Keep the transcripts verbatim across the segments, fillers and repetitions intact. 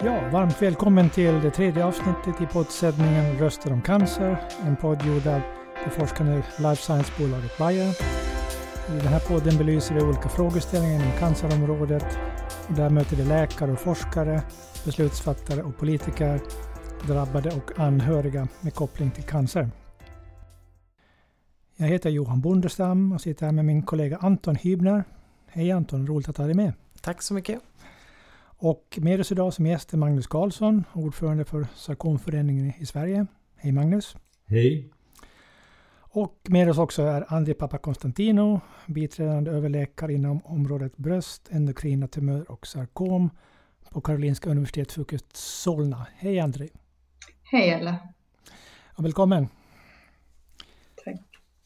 Ja, varmt välkommen till det tredje avsnittet i poddsändningen Röster om cancer. En podd gjord av det forskande life science-bolaget Bayer. I den här podden belyser vi olika frågeställningar inom cancerområdet. Och där möter vi läkare och forskare, beslutsfattare och politiker, drabbade och anhöriga med koppling till cancer. Jag heter Johan Bonderstam och sitter här med min kollega Anton Hybner. Hej Anton, roligt att ha dig med. Tack så mycket. Och med oss idag som gäst är Magnus Karlsson, ordförande för Sarkomföreningen i Sverige. Hej Magnus. Hej. Och med oss också är Andrei Papakonstantino, biträdande överläkare inom området bröst, endokrina tumör och sarkom på Karolinska Universitetssjukhuset Solna. Hej Andrei. Hej alla. Och välkommen. Tack.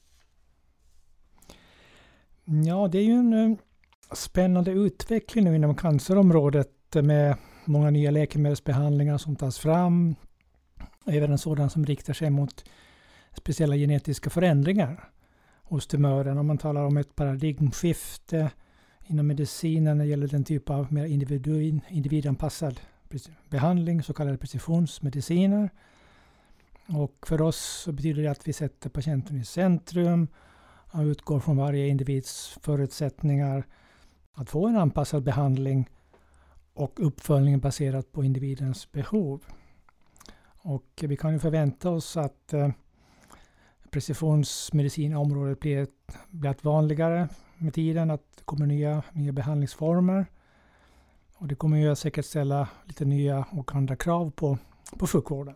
Ja, det är ju en spännande utveckling nu inom cancerområdet med många nya läkemedelsbehandlingar som tas fram. Även en sådan som riktar sig mot speciella genetiska förändringar hos tumören. Om man talar om ett paradigmskifte inom medicinen när det gäller den typ av mer individu- individanpassad behandling, så kallade precisionsmediciner. Och för oss så betyder det att vi sätter patienten i centrum och utgår från varje individs förutsättningar att få en anpassad behandling och uppföljning baserat på individens behov. Och vi kan ju förvänta oss att eh, precisionsmedicinområdet blir ett, blir ett vanligare med tiden, att det kommer nya, nya behandlingsformer. Och det kommer ju säkert ställa lite nya och andra krav på, på sjukvården.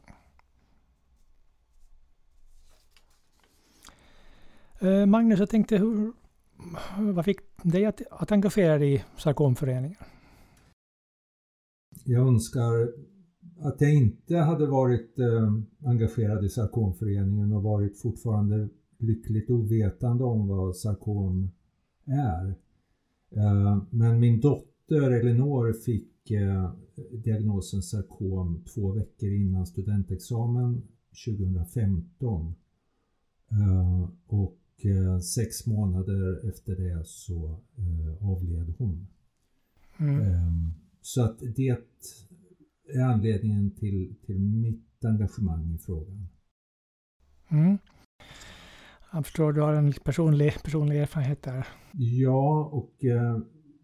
Eh, Magnus, jag tänkte, hur, vad fick dig att, att engagera dig i Sarkomföreningen? Jag önskar att jag inte hade varit eh, engagerad i Sarkomföreningen och varit fortfarande lyckligt ovetande om vad sarkom är. Eh, men min dotter Elinor fick eh, diagnosen sarkom två veckor innan studentexamen tjugohundrafemton. Eh, och eh, sex månader efter det så eh, avled hon. Mm. Eh, så att det är anledningen till, till mitt engagemang i frågan. Mm. Jag förstår, du har en personlig, personlig erfarenhet där. Ja, och eh,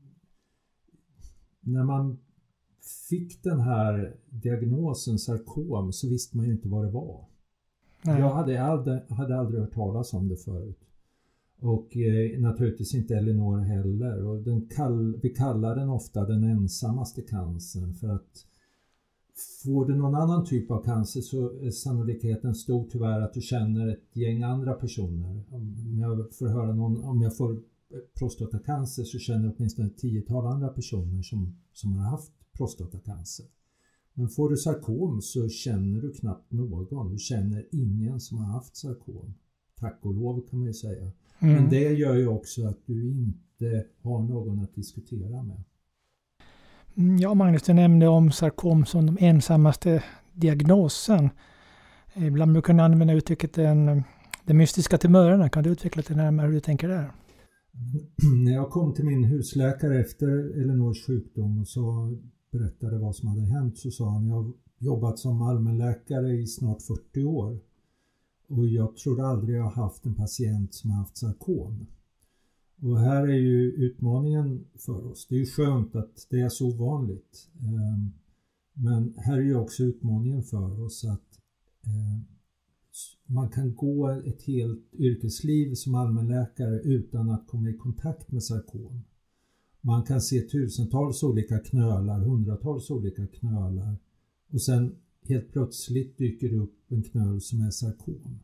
när man fick den här diagnosen sarkom så visste man ju inte vad det var. Nej. Jag hade aldrig, hade aldrig hört talas om det förut. Och eh, naturligtvis inte Elinor heller. Och den kall, vi kallar den ofta den ensammaste cancern för att får du någon annan typ av cancer så är sannolikheten stor tyvärr att du känner ett gäng andra personer. Om jag får höra någon, om jag får prostatacancer så känner jag åtminstone ett tiotal andra personer som, som har haft prostatacancer. Men får du sarkom så känner du knappt någon. Du känner ingen som har haft sarkom. Tack och lov kan man ju säga. Mm. Men det gör ju också att du inte har någon att diskutera med. Ja, Magnus, du nämnde om sarkom som den ensammaste diagnosen. Ibland du kan använda uttrycket den, den mystiska tumörerna. Kan du utveckla det närmare hur du tänker där? När jag kom till min husläkare efter Elinors sjukdom och så berättade vad som hade hänt så sa han: jag har jobbat som allmänläkare i snart fyrtio år och jag tror aldrig jag har haft en patient som har haft sarkom. Och här är ju utmaningen för oss. Det är ju skönt att det är så ovanligt. Men här är ju också utmaningen för oss att man kan gå ett helt yrkesliv som allmänläkare utan att komma i kontakt med sarkom. Man kan se tusentals olika knölar, hundratals olika knölar och sen helt plötsligt dyker det upp en knöl som är sarkom.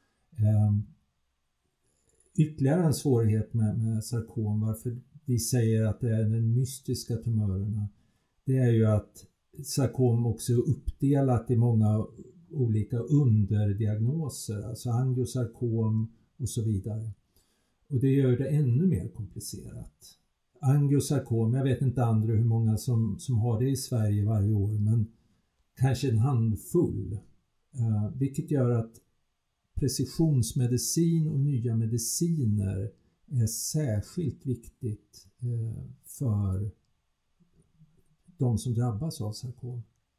Ytterligare en svårighet med, med sarkom, varför vi säger att det är den mystiska tumörerna, det är ju att sarkom också är uppdelat i många olika underdiagnoser, alltså angiosarkom och så vidare. Och det gör det ännu mer komplicerat. Angiosarkom, jag vet inte andra hur många som, som har det i Sverige varje år, men kanske en handfull. Uh, vilket gör att precisionsmedicin och nya mediciner är särskilt viktigt uh, för de som drabbas av sarkom.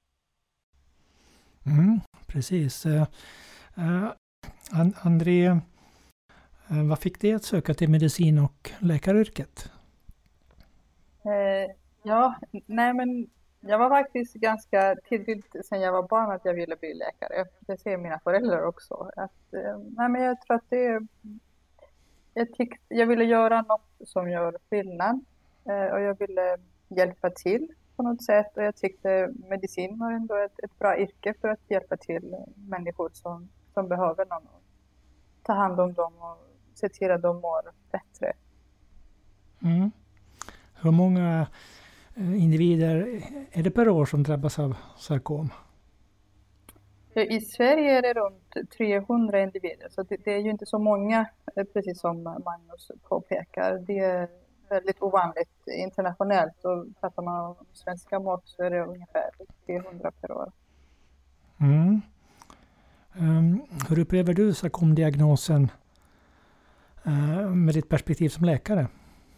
Mm, precis. Uh, uh, André, uh, vad fick dig att söka till medicin- och läkaryrket? Uh, ja, nej men jag var faktiskt ganska tidigt sedan jag var barn att jag ville bli läkare. Det ser mina föräldrar också. Att, uh, nej men jag tror att det jag, tyck, jag ville göra något som gör skillnad. Uh, och jag ville hjälpa till på något sätt. Och jag tyckte medicin var ändå ett, ett bra yrke för att hjälpa till människor som, som behöver någon. Och ta hand om dem och se till att de mår bättre. Mm. Hur många individer är det per år som drabbas av sarkom? I Sverige är det runt trehundra individer, så det, det är ju inte så många, precis som Magnus påpekar. Det är väldigt ovanligt internationellt, och pratar man om svenska mått så är det ungefär trehundra per år. Mm. Um, hur upplever du sarkomdiagnosen uh, med ditt perspektiv som läkare?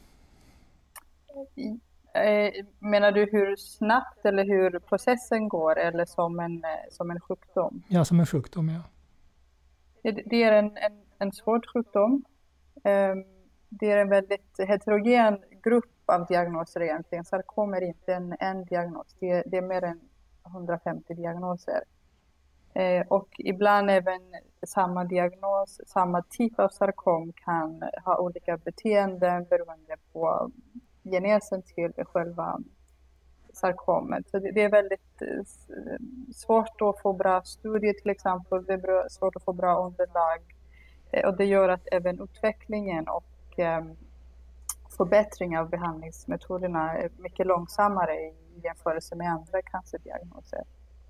I, eh, menar du hur snabbt eller hur processen går, eller som en, som en sjukdom? Ja, som en sjukdom, ja. Det, det är en, en, en svår sjukdom. Um, det är en väldigt heterogen grupp av diagnoser egentligen. Sarkom är inte en, en diagnos, det, det är mer än hundrafemtio diagnoser. Eh, och ibland även samma diagnos, samma typ av sarkom kan ha olika beteenden beroende på genesen till själva sarkomet. Så det, det är väldigt eh, svårt att få bra studier till exempel, det är svårt att få bra underlag. Eh, och det gör att även utvecklingen och eh, förbättring av behandlingsmetoderna är mycket långsammare i jämförelse med andra cancerdiagnoser.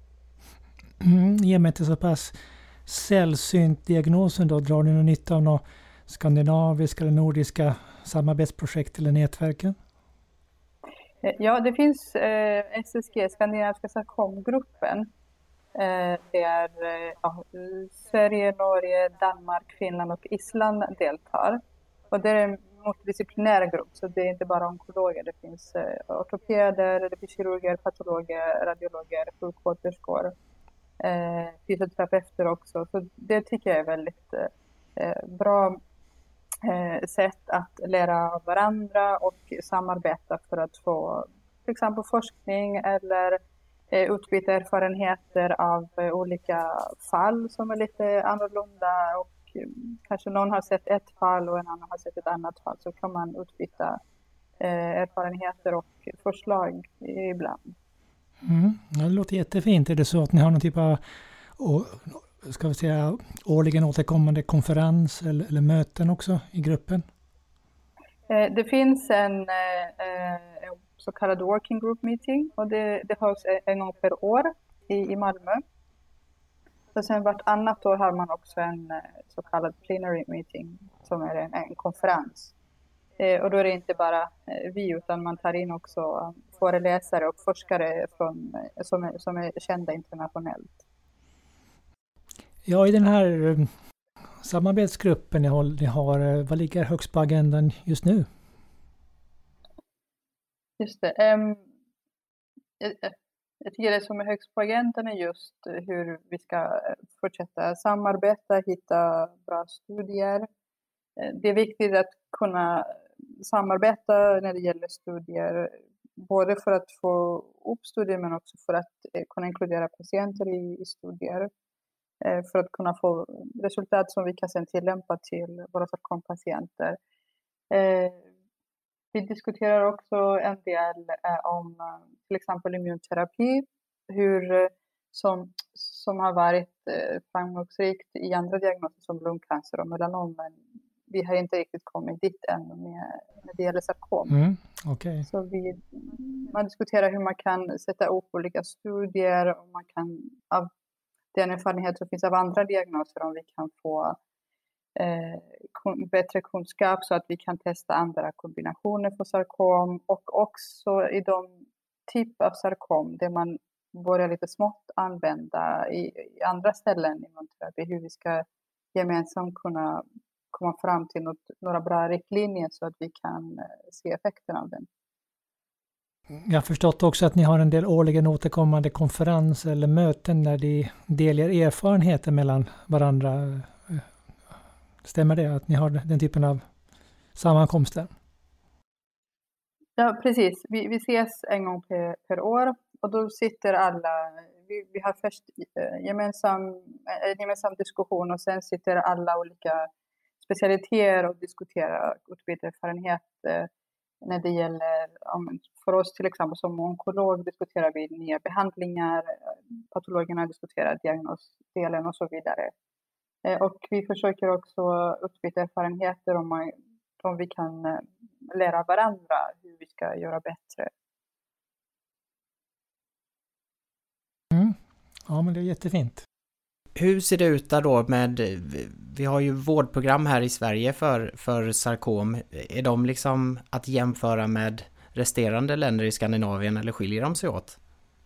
Mm, I och med att det är så pass sällsynt diagnosen då, drar ni någon nytta av några skandinaviska eller nordiska samarbetsprojekt eller nätverken? Ja, det finns eh, S S G, Skandinaviska sarkomgruppen. Eh, där eh, ja, Sverige, Norge, Danmark, Finland och Island deltar. Och det är en multidisciplinär grupp, så det är inte bara onkologer. Det finns eh, ortopeder, det finns kirurger, patologer, radiologer, sjuksköterskor, eh, fysioterapeuter också. Så det tycker jag är väldigt eh, bra eh, sätt att lära av varandra och samarbeta för att få till exempel forskning eller eh, utbyta erfarenheter av eh, olika fall som är lite annorlunda, och eh, kanske någon har sett ett fall och en annan har sett ett annat fall, så kan man utbyta eh, erfarenheter och förslag ibland. Mm, det låter jättefint. Är det så att ni har någon typ av å, ska vi säga, årligen återkommande konferens eller, eller möten också i gruppen? Eh, det finns en eh, så kallad working group meeting, och det, det hålls en gång per år i, i Malmö. Så sen vartannat år har man också en så kallad plenary meeting, som är en, en konferens. Eh, och då är det inte bara eh, vi, utan man tar in också föreläsare och forskare från, som, är, som är kända internationellt. Ja, i den här samarbetsgruppen ni har, ni har, vad ligger högst på agendan just nu? Just det. Um, jag, jag tycker det som är högst på agendan är just hur vi ska fortsätta samarbeta, hitta bra studier. Det är viktigt att kunna samarbeta när det gäller studier, både för att få upp studier men också för att kunna inkludera patienter i, i studier. För att kunna få resultat som vi kan sedan tillämpa till våra sarkompatienter. Vi diskuterar också en del om till exempel immunterapi, hur, som, som har varit framgångsrikt i andra diagnoser som lungcancer och melanom, men vi har inte riktigt kommit dit än med, med det gäller sarkom. Mm, okay. Så vi, man diskuterar hur man kan sätta upp olika studier, och man kan av den erfarenhet som finns av andra diagnoser, om vi kan få eh, bättre kunskap så att vi kan testa andra kombinationer för sarkom, och också i de typ av sarkom där man börjar lite smått använda i, i andra ställen i immunterapi, hur vi ska gemensamt kunna komma fram till något, några bra riktlinjer så att vi kan se effekten av den. Jag har förstått också att ni har en del årligen återkommande konferenser eller möten där de delar erfarenheter mellan varandra. Stämmer det att ni har den typen av sammankomster? Ja, precis. Vi, vi ses en gång per, per år och då sitter alla, vi, vi har först gemensam, en gemensam diskussion och sen sitter alla olika specialiteter och diskuterar utbyter erfarenhet. När det gäller, för oss till exempel som onkolog diskuterar vi nya behandlingar, patologerna diskuterar diagnosdelen och så vidare. Och vi försöker också utbyta erfarenheter om, om vi kan lära varandra hur vi ska göra bättre. Mm. Ja, men det är jättefint. Hur ser det ut där då med, vi har ju vårdprogram här i Sverige för, för sarkom. Är de liksom att jämföra med resterande länder i Skandinavien eller skiljer de sig åt?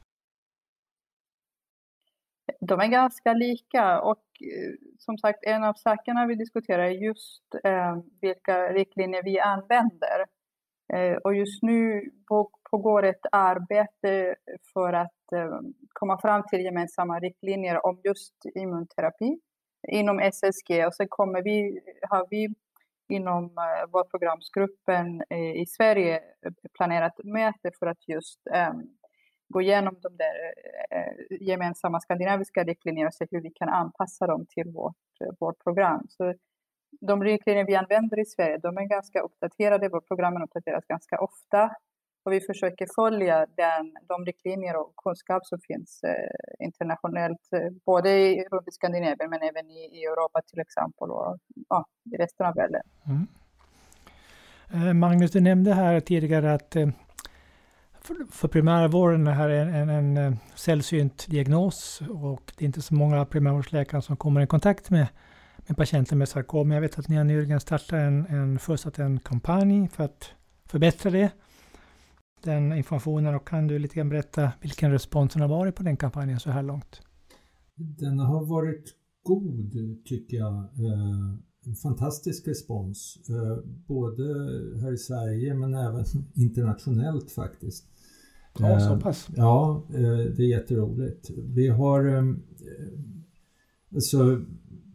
De är ganska lika och som sagt en av sakerna vi diskuterar är just eh, vilka riktlinjer vi använder. Eh, och just nu pågår ett arbete för att eh, komma fram till gemensamma riktlinjer om just immunterapi inom S S G. Och så kommer vi, har vi inom eh, vår programsgruppen eh, i Sverige planerat möte för att just eh, gå igenom de där eh, gemensamma skandinaviska riktlinjerna och se hur vi kan anpassa dem till vårt, vårt program. Så de riktlinjer vi använder i Sverige, de är ganska uppdaterade. Vårt program uppdateras ganska ofta. Och vi försöker följa den, de riktlinjer och kunskap som finns eh, internationellt. Eh, både i, runt i Skandinavien men även i, i Europa till exempel. Och ja, i resten av världen. Mm. Eh, Magnus, du nämnde här tidigare att eh, för, för primärvården är en, en, en sällsynt diagnos. Och det är inte så många primärvårdsläkare som kommer i kontakt med med patienter med sarkom. Jag vet att ni har nyligen startat en, en, först en kampanj för att förbättra det. Den informationen, och kan du lite grann berätta vilken respons har varit på den kampanjen så här långt? Den har varit god tycker jag. Eh, en fantastisk respons. Eh, både här i Sverige men även internationellt faktiskt. Ja, så pass. Eh, ja, eh, det är jätteroligt. Vi har eh, alltså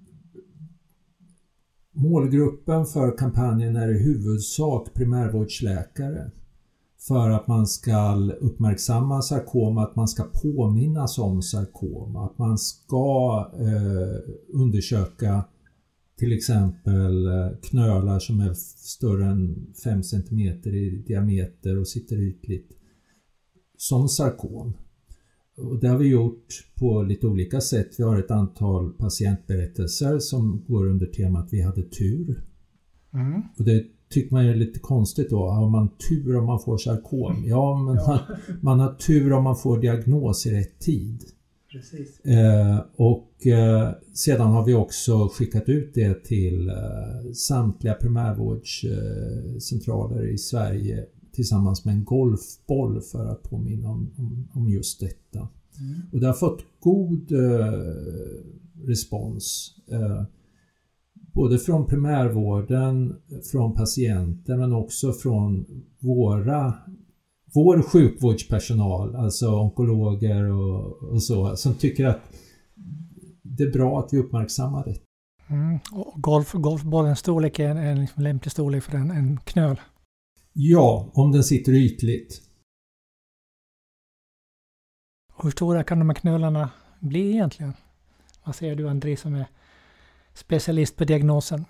målgruppen för kampanjen är i huvudsak primärvårdsläkare för att man ska uppmärksamma sarkom, att man ska påminnas om sarkom, att man ska eh, undersöka till exempel knölar som är större än fem centimeter i diameter och sitter ytligt som sarkom. Och det har vi gjort på lite olika sätt. Vi har ett antal patientberättelser som går under temat vi hade tur. Mm. Och det tycker man är lite konstigt då. Har man tur om man får sarkom? Ja, men ja. Man, man har tur om man får diagnos i rätt tid. Precis. Eh, och eh, sedan har vi också skickat ut det till eh, samtliga primärvårdscentraler eh, i Sverige tillsammans med en golfboll för att påminna om, om, om just detta. Mm. Och det har fått god eh, respons. Eh, både från primärvården, från patienter men också från våra, vår sjukvårdspersonal, alltså onkologer och, och så, som tycker att det är bra att vi uppmärksammar det. Mm. Och golf, golfbollens storlek är en, en liksom lämplig storlek för en, en knöl. Ja, om den sitter ytligt. Hur stora kan de här knölarna bli egentligen? Vad säger du, André, som är specialist på diagnosen?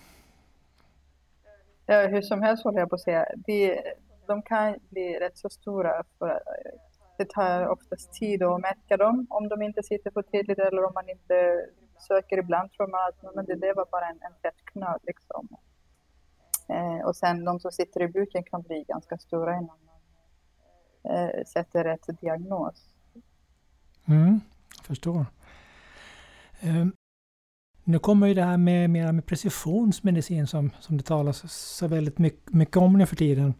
Ja, hur som helst håller jag på att säga. De, de kan bli rätt så stora. För det tar oftast tid att märka dem om de inte sitter på tydligt eller om man inte söker. Ibland tror man att men det, det var bara en, en fett knöl liksom. Eh, och sen de som sitter i buken kan bli ganska stora innan man eh, sätter rätt diagnos. Mm, jag förstår. Eh, nu kommer ju det här med, med, med precisionsmedicin som, som det talas så väldigt mycket, mycket om nu för tiden.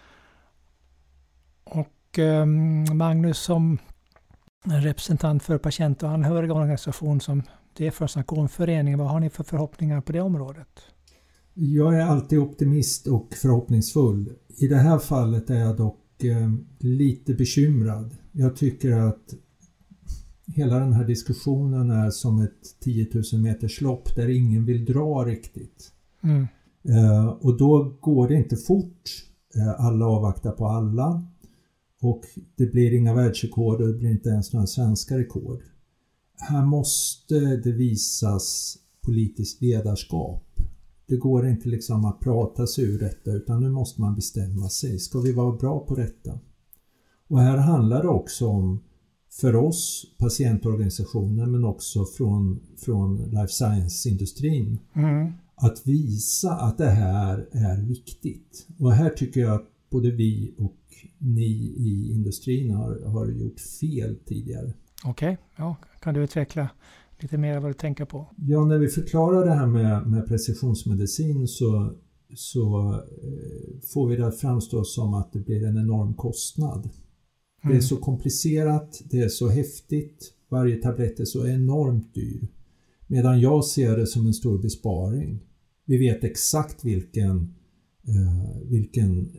Och eh, Magnus, som representant för patient- och anhörigorganisation som det är för Sarkomföreningen, vad har ni för förhoppningar på det området? Jag är alltid optimist och förhoppningsfull. I det här fallet är jag dock eh, lite bekymrad. Jag tycker att hela den här diskussionen är som ett tio tusen meters lopp där ingen vill dra riktigt. Mm. Eh, och då går det inte fort. Eh, alla avvaktar på alla. Och det blir inga världsrekord och det blir inte ens några svenska rekord. Här måste det visas politiskt ledarskap. Det går inte liksom att prata sig ur detta, utan nu måste man bestämma sig. Ska vi vara bra på detta? Och här handlar det också om, för oss patientorganisationer men också från, från life science-industrin, Mm. att visa att det här är viktigt. Och här tycker jag att både vi och ni i industrin har, har gjort fel tidigare. Okej, okay. Ja, kan du utveckla lite mer vad du tänker på? Ja, när vi förklarar det här med, med precisionsmedicin så, så eh, får vi det framstå som att det blir en enorm kostnad. Mm. Det är så komplicerat, det är så häftigt, varje tablett är så enormt dyr. Medan jag ser det som en stor besparing. Vi vet exakt vilken, eh, vilken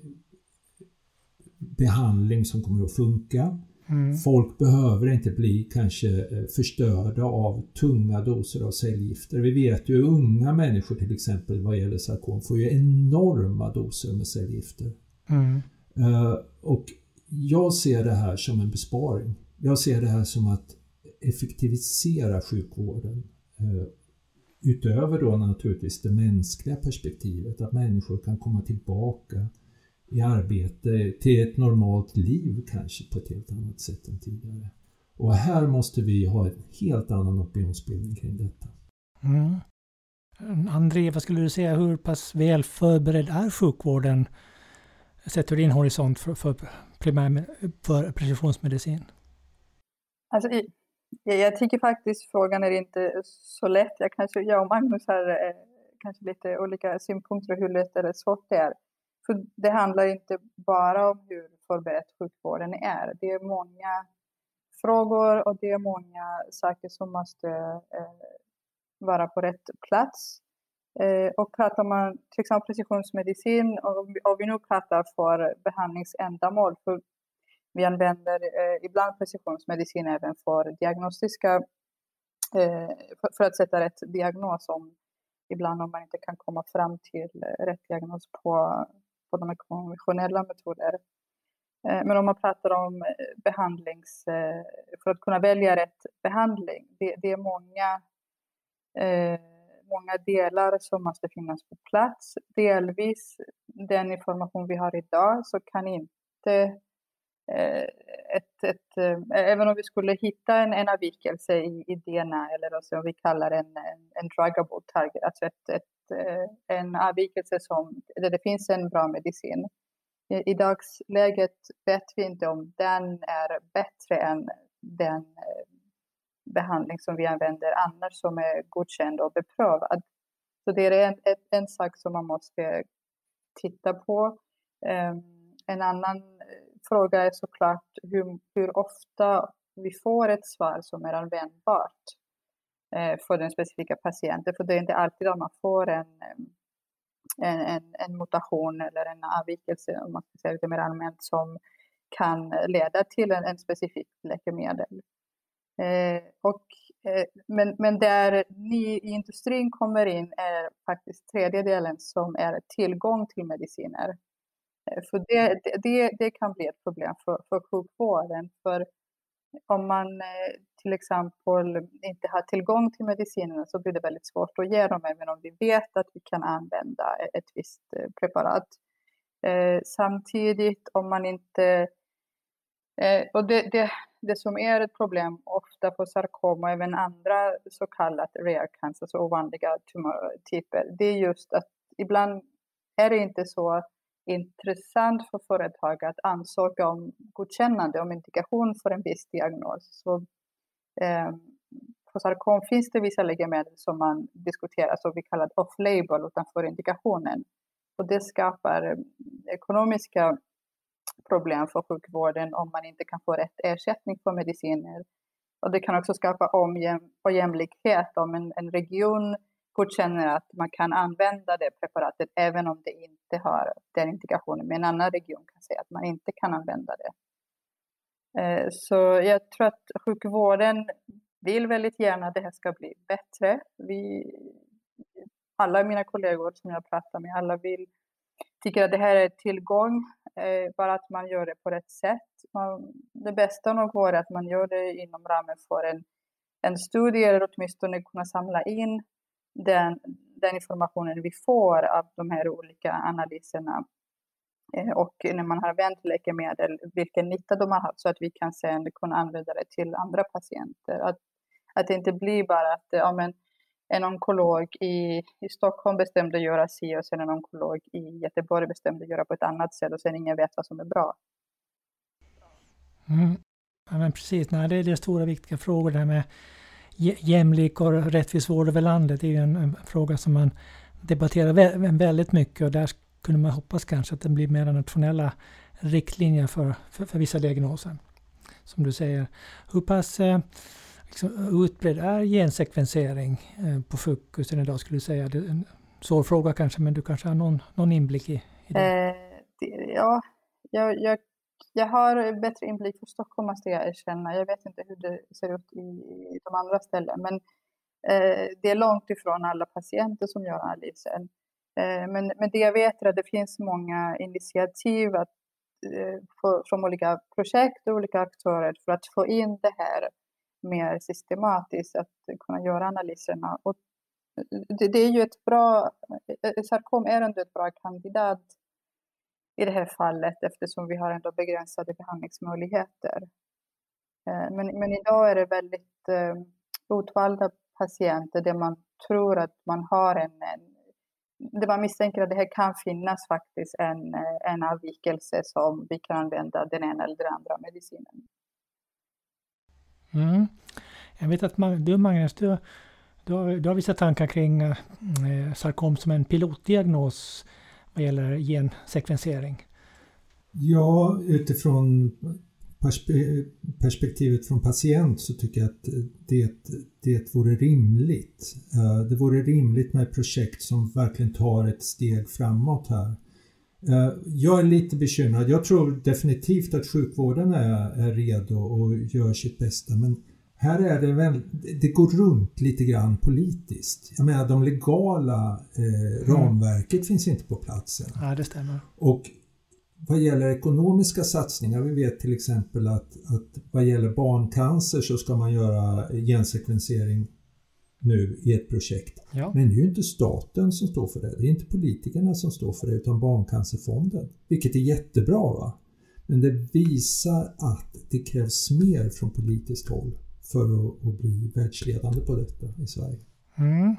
behandling som kommer att funka. Mm. Folk behöver inte bli kanske förstörda av tunga doser av cellgifter. Vi vet ju unga människor till exempel vad gäller sarkom får ju enorma doser med cellgifter. Mm. Uh, och jag ser det här som en besparing. Jag ser det här som att effektivisera sjukvården. Uh, utöver då naturligtvis det mänskliga perspektivet. Att människor kan komma tillbaka i arbete till ett normalt liv kanske på ett helt annat sätt än tidigare. Och här måste vi ha en helt annan opinionsbildning kring detta. Mm. André, vad skulle du säga, hur pass väl förberedd är sjukvården sett ur din horisont för, för, primär, för precisionsmedicin? Alltså, jag, jag tycker faktiskt frågan är inte så lätt. Jag, kanske, jag och Magnus har eh, kanske lite olika synpunkter hur lätt eller svårt det är. För det handlar inte bara om hur förberedd sjukvården är. Det är många frågor och det är många saker som måste eh, vara på rätt plats. Eh, och pratar man till exempel precisionsmedicin och, och vi nu pratar för behandlingsändamål. För vi använder eh, ibland precisionsmedicin även för diagnostiska, eh, för, för att sätta rätt diagnos om ibland om man inte kan komma fram till rätt diagnos på på de konventionella metoder. Men om man pratar om behandlings, för att kunna välja rätt behandling, det, det är många, många delar som måste finnas på plats. Delvis den information vi har idag så kan inte ett, ett, även om vi skulle hitta en, en avvikelse i, i D N A eller som vi kallar en, en, en druggable target, alltså ett, ett en avvikelse som, där det finns en bra medicin. I, i dagsläget vet vi inte om den är bättre än den behandling som vi använder annars som är godkänd och beprövad. Så det är en, en, en sak som man måste titta på. Um, en annan fråga är såklart hur, hur ofta vi får ett svar som är användbart för den specifika patienten. För det är inte alltid att man får en, en, en, en mutation eller en avvikelse, om man ska säga det mer allmänt, som kan leda till en, en specifik läkemedel. Eh, och, eh, men, men där ni i industrin kommer in är faktiskt tredje delen som är tillgång till mediciner. Eh, för det, det, det kan bli ett problem för, för sjukvården. För om man eh, till exempel inte har tillgång till medicinerna så blir det väldigt svårt att ge dem, även om vi vet att vi kan använda ett visst eh, preparat. Eh, samtidigt om man inte... Eh, och det, det, det som är ett problem ofta för sarkom och även andra så kallat rare cancers och ovanliga tumörtyper, det är just att ibland är det inte så intressant för företag att ansöka om godkännande, om indikation för en viss diagnos. Så eh, för sarkom finns det vissa läkemedel som man diskuterar, som vi kallar off-label, utanför indikationen. Och det skapar ekonomiska problem för sjukvården om man inte kan få rätt ersättning för mediciner. Och det kan också skapa ojämlikhet om en, en region godkänner att man kan använda det preparatet även om det inte har den indikationen. Men en annan region kan säga att man inte kan använda det. Så jag tror att sjukvården vill väldigt gärna att det här ska bli bättre. Vi, alla mina kollegor som jag pratar med, alla vill, tycker att det här är tillgång, bara att man gör det på rätt sätt. Man, det bästa nog vore att man gör det inom ramen för en, en studie eller åtminstone kunna samla in den, den informationen vi får av de här olika analyserna. Och när man har vänt läkemedel, vilken nytta de har haft, så att vi kan sen kunna använda det till andra patienter. Att, att det inte blir bara att ja, men en onkolog i, i Stockholm bestämde göra si och sen en onkolog i Göteborg bestämde göra på ett annat sätt och sen ingen vet vad som är bra. Mm. Ja, men precis, nej, det är det stora viktiga frågor där med jämlik och rättvis vård över landet. Det är ju en, en fråga som man debatterar vä- väldigt mycket, och där kunde man hoppas kanske att det blir mer nationella riktlinjer för, för, för vissa diagnoser. Som du säger, hur pass eh, liksom, utbredd är gensekvensering eh, på sjukhusen idag, skulle du säga? Det är en svår fråga kanske, men du kanske har någon, någon inblick i, i det? Eh, det ja, jag, jag, jag har bättre inblick för Stockholm, måste jag erkänna. Jag vet inte hur det ser ut i, i de andra ställen, men eh, det är långt ifrån alla patienter som gör analysen. Men, men det jag vet är att det finns många initiativ att, för, från olika projekt och olika aktörer för att få in det här mer systematiskt, att kunna göra analyserna. Och det, det är ju ett bra, sarkom är ändå ett bra kandidat i det här fallet, eftersom vi har ändå begränsade behandlingsmöjligheter. Men, men idag är det väldigt utvalda patienter där man tror att man har en, en det man misstänker att det här kan finnas faktiskt en, en avvikelse som vi kan använda den ena eller den andra medicinen. Mm. Jag vet att man, du Magnus, du, du, har, du har vissa tankar kring eh, sarkom som en pilotdiagnos vad gäller gensekvensering. Ja, utifrån perspe- perspektivet från patient så tycker jag att det, det vore rimligt. Det vore rimligt med ett projekt som verkligen tar ett steg framåt här. Jag är lite bekymrad. Jag tror definitivt att sjukvården är, är redo och gör sitt bästa, men här är det väl, det går runt lite grann politiskt. Jag menar, de legala eh, ramverket mm. finns inte på platsen. Ja, det stämmer. Och vad gäller ekonomiska satsningar, vi vet till exempel att, att vad gäller barncancer så ska man göra gensekvensering nu i ett projekt. Ja. Men det är ju inte staten som står för det. Det är inte politikerna som står för det, utan Barncancerfonden. Vilket är jättebra, va? Men det visar att det krävs mer från politiskt håll för att, att bli världsledande på detta i Sverige. Mm.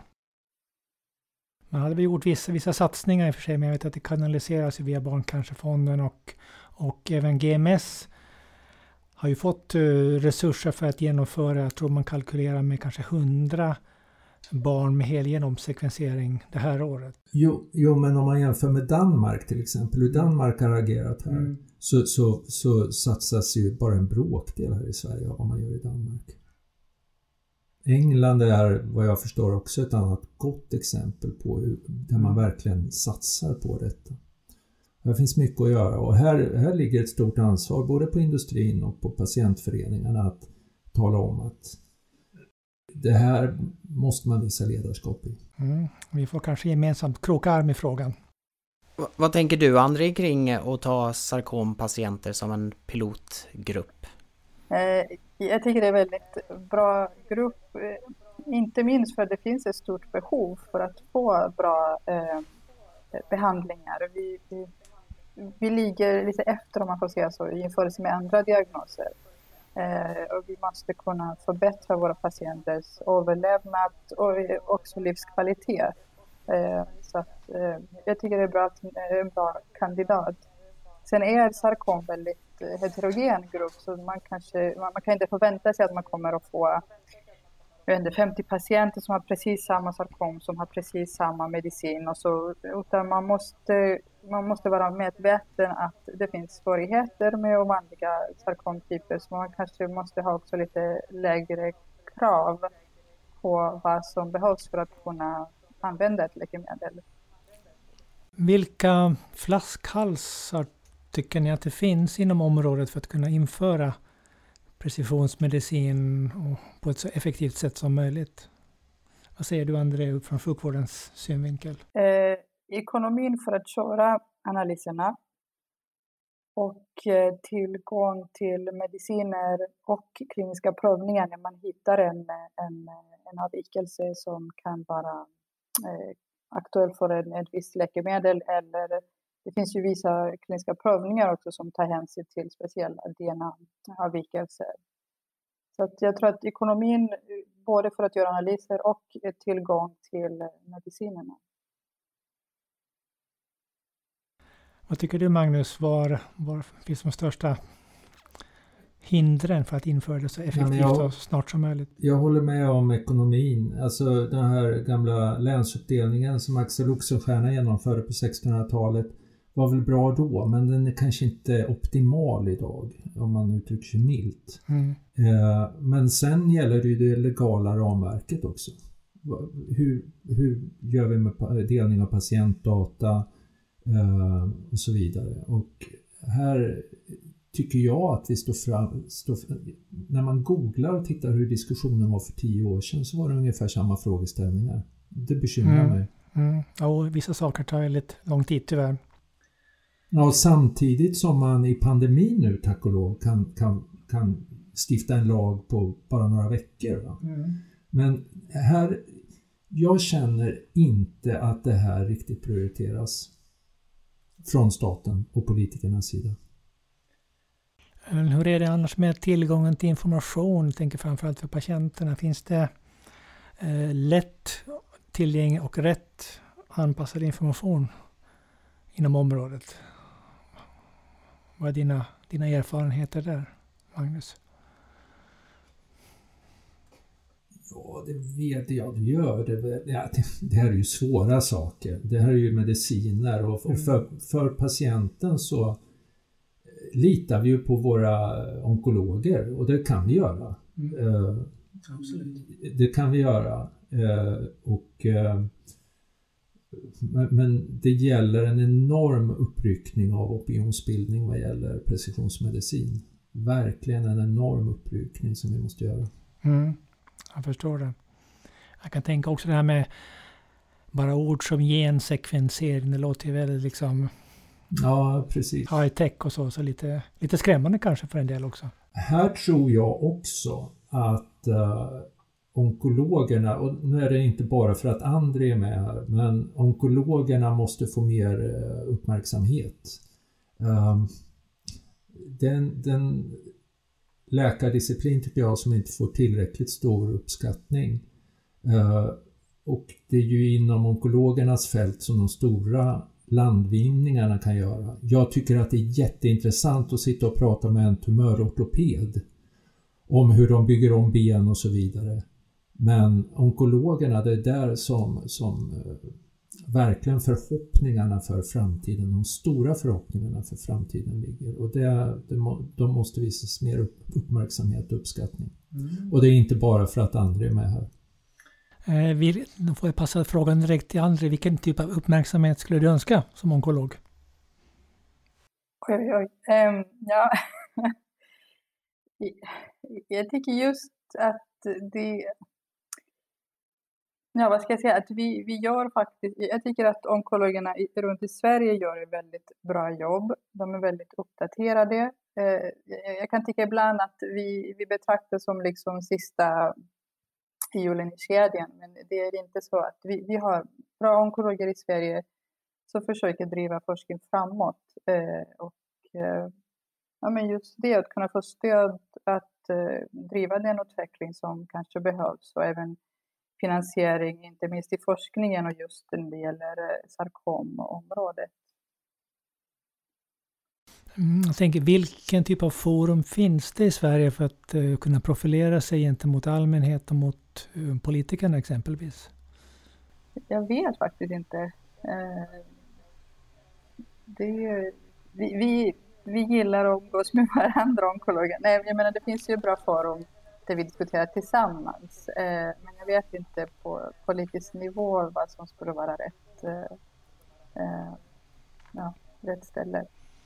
Man hade väl gjort vissa, vissa satsningar i och för sig, men jag vet att det kanaliseras via Barncancerfonden och, och även G M S har ju fått uh, resurser för att genomföra, jag tror man kalkylerar med kanske hundra barn med helgenomsekvensering det här året. Jo, jo, men om man jämför med Danmark till exempel, hur Danmark har agerat här, mm. så, så, så satsas ju bara en bråkdel här i Sverige av vad man gör i Danmark. England är, vad jag förstår, också ett annat gott exempel på hur, där man verkligen satsar på detta. Här finns mycket att göra, och här, här ligger ett stort ansvar både på industrin och på patientföreningarna att tala om att det här måste man visa ledarskap i. Mm, vi får kanske gemensamt kroka arm i frågan. V- vad tänker du, André, kring att ta sarkompatienter som en pilotgrupp? Eh, jag tycker det är en väldigt bra grupp, inte minst för att det finns ett stort behov för att få bra eh, behandlingar. Vi, vi, vi ligger lite efter, om man får säga så, i jämförelse med andra diagnoser. Eh, och vi måste kunna förbättra våra patienters överlevnad och också livskvalitet. Eh, så att, eh, jag tycker det är bra, en bra kandidat. Sen är sarkom väldigt heterogen grupp, så man, kanske, man, man kan inte förvänta sig att man kommer att få jag vet inte, femtio patienter som har precis samma sarkom, som har precis samma medicin. Och så, utan man måste, man måste vara medveten att det finns svårigheter med ovanliga sarkomtyper, så man kanske måste ha också lite lägre krav på vad som behövs för att kunna använda ett läkemedel. Vilka flaskhalsar tycker ni att det finns inom området för att kunna införa precisionsmedicin och på ett så effektivt sätt som möjligt? Vad säger du, André, från sjukvårdens synvinkel? Eh, ekonomin för att köra analyserna och eh, tillgång till mediciner och kliniska prövningar när man hittar en, en, en avvikelse som kan vara eh, aktuell för en, ett visst läkemedel, eller det finns ju vissa kliniska prövningar också som tar hänsyn till speciella D N A-avvikelser. Så att jag tror att ekonomin, både för att göra analyser och tillgång till medicinerna. Vad tycker du, Magnus, var, var finns de största hindren för att införa det så effektivt ja, jag, och snart som möjligt? Jag håller med om ekonomin. Alltså den här gamla länsuppdelningen som Axel Oxenstierna genomförde på sextonhundratalet var väl bra då, men den är kanske inte optimal idag, om man uttrycker sig milt. Mm. Eh, men sen gäller det ju det legala ramverket också. Hur, hur gör vi med delning av patientdata eh, och så vidare. Och här tycker jag att vi står fram... Står, när man googlar och tittar hur diskussionen var för tio år sedan, så var det ungefär samma frågeställningar. Det bekymrar mm. mig. Mm. Ja, och vissa saker tar lite lång tid tyvärr. Ja, samtidigt som man i pandemin nu, tack och lov, kan, kan, kan stifta en lag på bara några veckor. Va? Mm. Men här, jag känner inte att det här riktigt prioriteras från staten och politikernas sida. Hur är det annars med tillgången till information? Jag tänker framförallt för patienterna. Finns det eh, lätt tillgänglig och rätt anpassad information inom området? Vad är dina, dina erfarenheter där, Magnus? Ja, det vet jag. Det gör det. Ja, det, det här är ju svåra saker. Det här är ju mediciner. Och, och för, för patienten så litar vi ju på våra onkologer. Och det kan vi göra. Mm. Uh, Absolut. Det kan vi göra. Uh, och... Uh, Men det gäller en enorm uppryckning av opinionsbildning vad gäller precisionsmedicin. Verkligen en enorm uppryckning som vi måste göra. Mm, jag förstår det. Jag kan tänka också det här med bara ord som gensekvensering. Det låter ju väldigt liksom... Ja, precis. High tech och så. Så lite, lite skrämmande kanske för en del också. Här tror jag också att... Uh, onkologerna, och nu är det inte bara för att André är med här, men onkologerna måste få mer uppmärksamhet. Den, den läkardisciplin tycker jag som inte får tillräckligt stor uppskattning. Och det är ju inom onkologernas fält som de stora landvinningarna kan göra. Jag tycker att det är jätteintressant att sitta och prata med en tumörortoped om hur de bygger om ben och så vidare. Men onkologerna, det är där som, som eh, verkligen förhoppningarna för framtiden, de stora förhoppningarna för framtiden ligger. Och det, det må, de måste visas mer upp, uppmärksamhet och uppskattning. Mm. Och det är inte bara för att André är med här. Eh, vi, då får jag passa frågan direkt till André. Vilken typ av uppmärksamhet skulle du önska som onkolog? Oj, oj, oj. Um, ja. Jag tycker just att det... Ja, vad ska jag säga? Att vi, vi gör faktiskt... Jag tycker att onkologerna runt i Sverige gör ett väldigt bra jobb. De är väldigt uppdaterade. Jag kan tycka ibland att vi, vi betraktar som liksom sista hjulen i kedjan. Men det är inte så att vi, vi har bra onkologer i Sverige som försöker driva forskning framåt. Och ja, men just det, att kunna få stöd att driva den utveckling som kanske behövs, och även finansiering, inte minst i forskningen och just när det gäller sarkomområdet. Mm, jag tänker, vilken typ av forum finns det i Sverige för att uh, kunna profilera sig gentemot allmänhet och mot uh, politikerna exempelvis? Jag vet faktiskt inte. Uh, det, vi, vi, vi gillar att umgås med varandra onkologer. Nej, jag menar, det finns ju bra forum det vi diskuterar tillsammans. Eh, men jag vet inte på politisk nivå vad som skulle vara rätt, eh, ja, rätt ställe.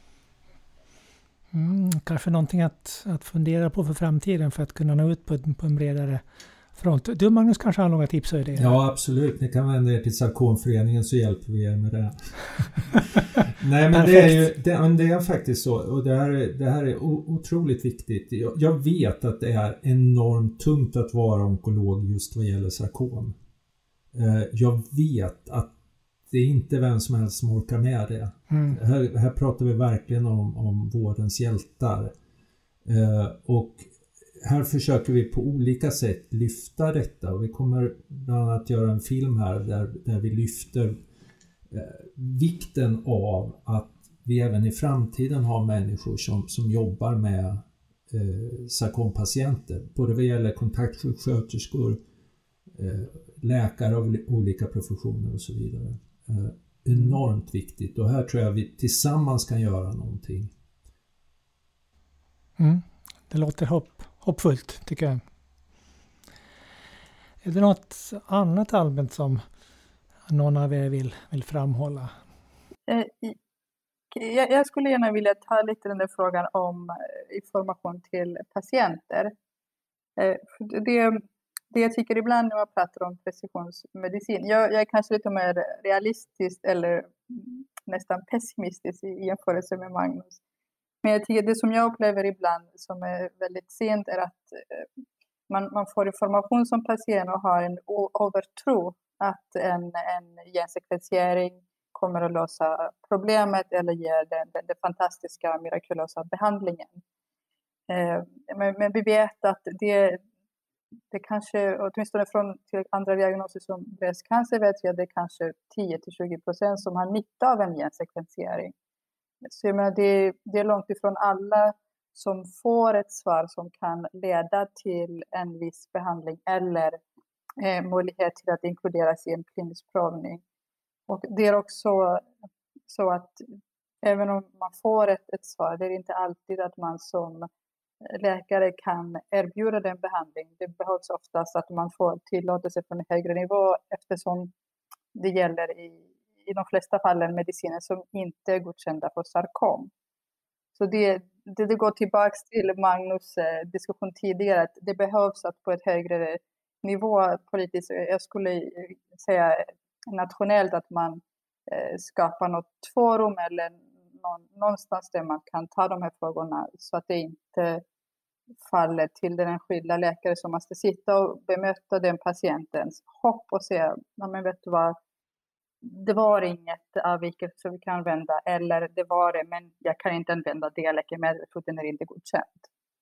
Mm, kanske någonting att, att fundera på för framtiden för att kunna nå ut på, på en bredare front. Du Magnus kanske har några tips och idéer? Ja, absolut. Ni kan vända er till Sarkomföreningen så hjälper vi er med det. Nej, men det är ju det, det är faktiskt så. Och det här, det här är otroligt viktigt. Jag, jag vet att det är enormt tungt att vara onkolog just vad gäller sarkom. Jag vet att det är inte vem som helst som orkar med det. Mm. Här, här pratar vi verkligen om, om vårdens hjältar. Och här försöker vi på olika sätt lyfta detta, och vi kommer bland annat göra en film här där, där vi lyfter eh, vikten av att vi även i framtiden har människor som, som jobbar med eh, sarkompatienter, både vad gäller kontaktsjuksköterskor, eh, läkare av olika professioner och så vidare. Eh, enormt viktigt, och här tror jag vi tillsammans kan göra någonting. Mm, det låter hopp. Hoppfullt, tycker jag. Är det något annat allmänt som någon av er vill, vill framhålla? Jag skulle gärna vilja ta lite den där frågan om information till patienter. Det, det jag tycker ibland när man pratar om precisionsmedicin, jag, jag är kanske lite mer realistisk eller nästan pessimistisk i jämförelse med Magnus. Men jag tycker det som jag upplever ibland som är väldigt sent är att man, man får information som patient och har en övertro att en, en gensekvensering kommer att lösa problemet eller ge den, den, den fantastiska mirakulösa behandlingen. Eh, men, men vi vet att det, det kanske, åtminstone från till andra diagnoser som bröstcancer vet vi att det är kanske tio till tjugo procent som har nytta av en gensekvensering. Så jag menar, det, det är långt ifrån alla som får ett svar som kan leda till en viss behandling eller eh, möjlighet till att inkluderas i en klinisk prövning. Och det är också så att även om man får ett, ett svar, det är inte alltid att man som läkare kan erbjuda den behandling. Det behövs oftast att man får tillåtelse från en högre nivå, eftersom det gäller i i de flesta fallen mediciner som inte är godkända för sarkom. Så det, det, det går tillbaka till Magnus eh, diskussion tidigare, att det behövs att på ett högre nivå politiskt, jag skulle säga nationellt, att man eh, skapar något forum eller någon, någonstans där man kan ta de här frågorna så att det inte faller till den enskilda läkare som måste sitta och bemöta den patientens hopp och säga, ja men vet du vad, det var inget avvikelse som vi kan använda, eller det var det, men jag kan inte använda det läkemedlet för den är inte godkänt.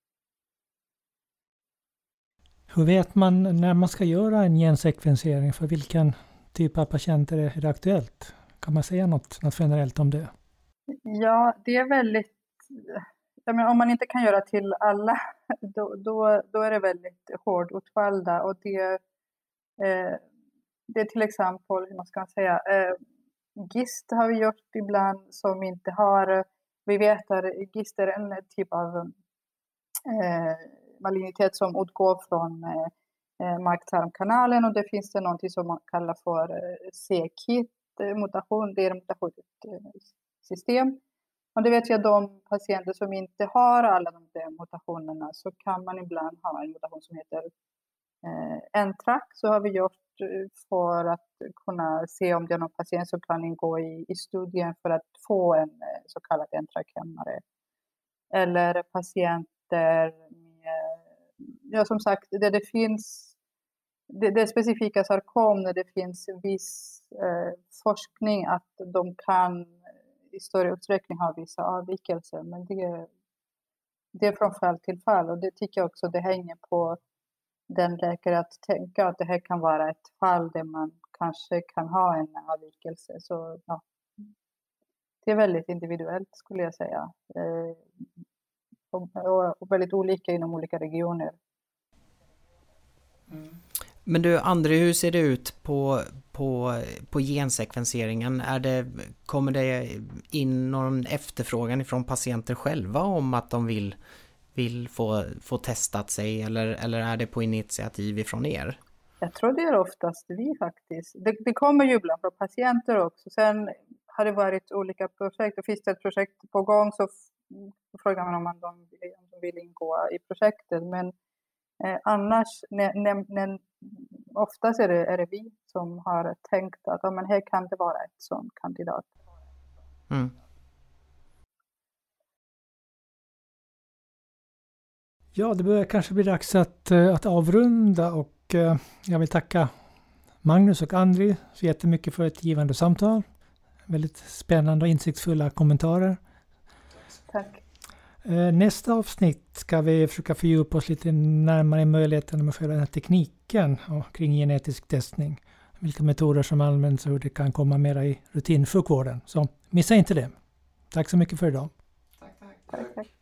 Hur vet man när man ska göra en gensekvensering? För vilken typ av patienter är det aktuellt? Kan man säga något, något generellt om det? Ja, det är väldigt... Jag menar, om man inte kan göra till alla, då, då, då är det väldigt hårt utvalda. Och det, eh, det är till exempel, hur man ska säga, eh, gist har vi gjort ibland som inte har... Vi vet att gist är en typ av eh, malignitet som utgår från eh, magtarmkanalen, och det finns det något som man kallar för eh, c-kit-mutation. Det är ett mutationssystem. Och det vet jag, de patienter som inte har alla de där mutationerna, så kan man ibland ha en mutation som heter eh, N-track. Så har vi gjort för att kunna se om det är någon patient som kan ingå i, i studien för att få en eh, så kallad N-track-hämmare. Eller patienter med, ja som sagt, det, det finns det, det specifika sarkom när det finns viss eh, forskning att de kan i större utsträckning ha vissa avvikelser, men det, det är från fall till fall, och det tycker jag också det hänger på den läkare att tänka att det här kan vara ett fall där man kanske kan ha en avvikelse. Så ja, det är väldigt individuellt skulle jag säga, eh, och, och väldigt olika inom olika regioner. Mm. Men du André, hur ser det ut på, på, på gensekvenseringen? Är det, kommer det in någon efterfrågan från patienter själva om att de vill vill få, få testat sig, eller, eller är det på initiativ ifrån er? Jag tror det är oftast vi faktiskt. Det, det kommer ju ibland från patienter också. Sen har det varit olika projekt. Och finns det ett projekt på gång så frågar man om man de, de vill ingå i projektet. Men eh, annars, när, när, när, oftast är det, är det vi som har tänkt att ja, men här kan det vara ett sån kandidat. Mm. Ja, det börjar kanske bli dags att, att avrunda, och jag vill tacka Magnus och Andri så jättemycket för ett givande samtal. Väldigt spännande och insiktsfulla kommentarer. Tack. Nästa avsnitt ska vi försöka fördjupa oss lite närmare i möjligheten med själva den här tekniken och kring genetisk testning. Vilka metoder som används och hur det kan komma mera i rutinsjukvården. Så missa inte det. Tack så mycket för idag. Tack, tack. tack, tack.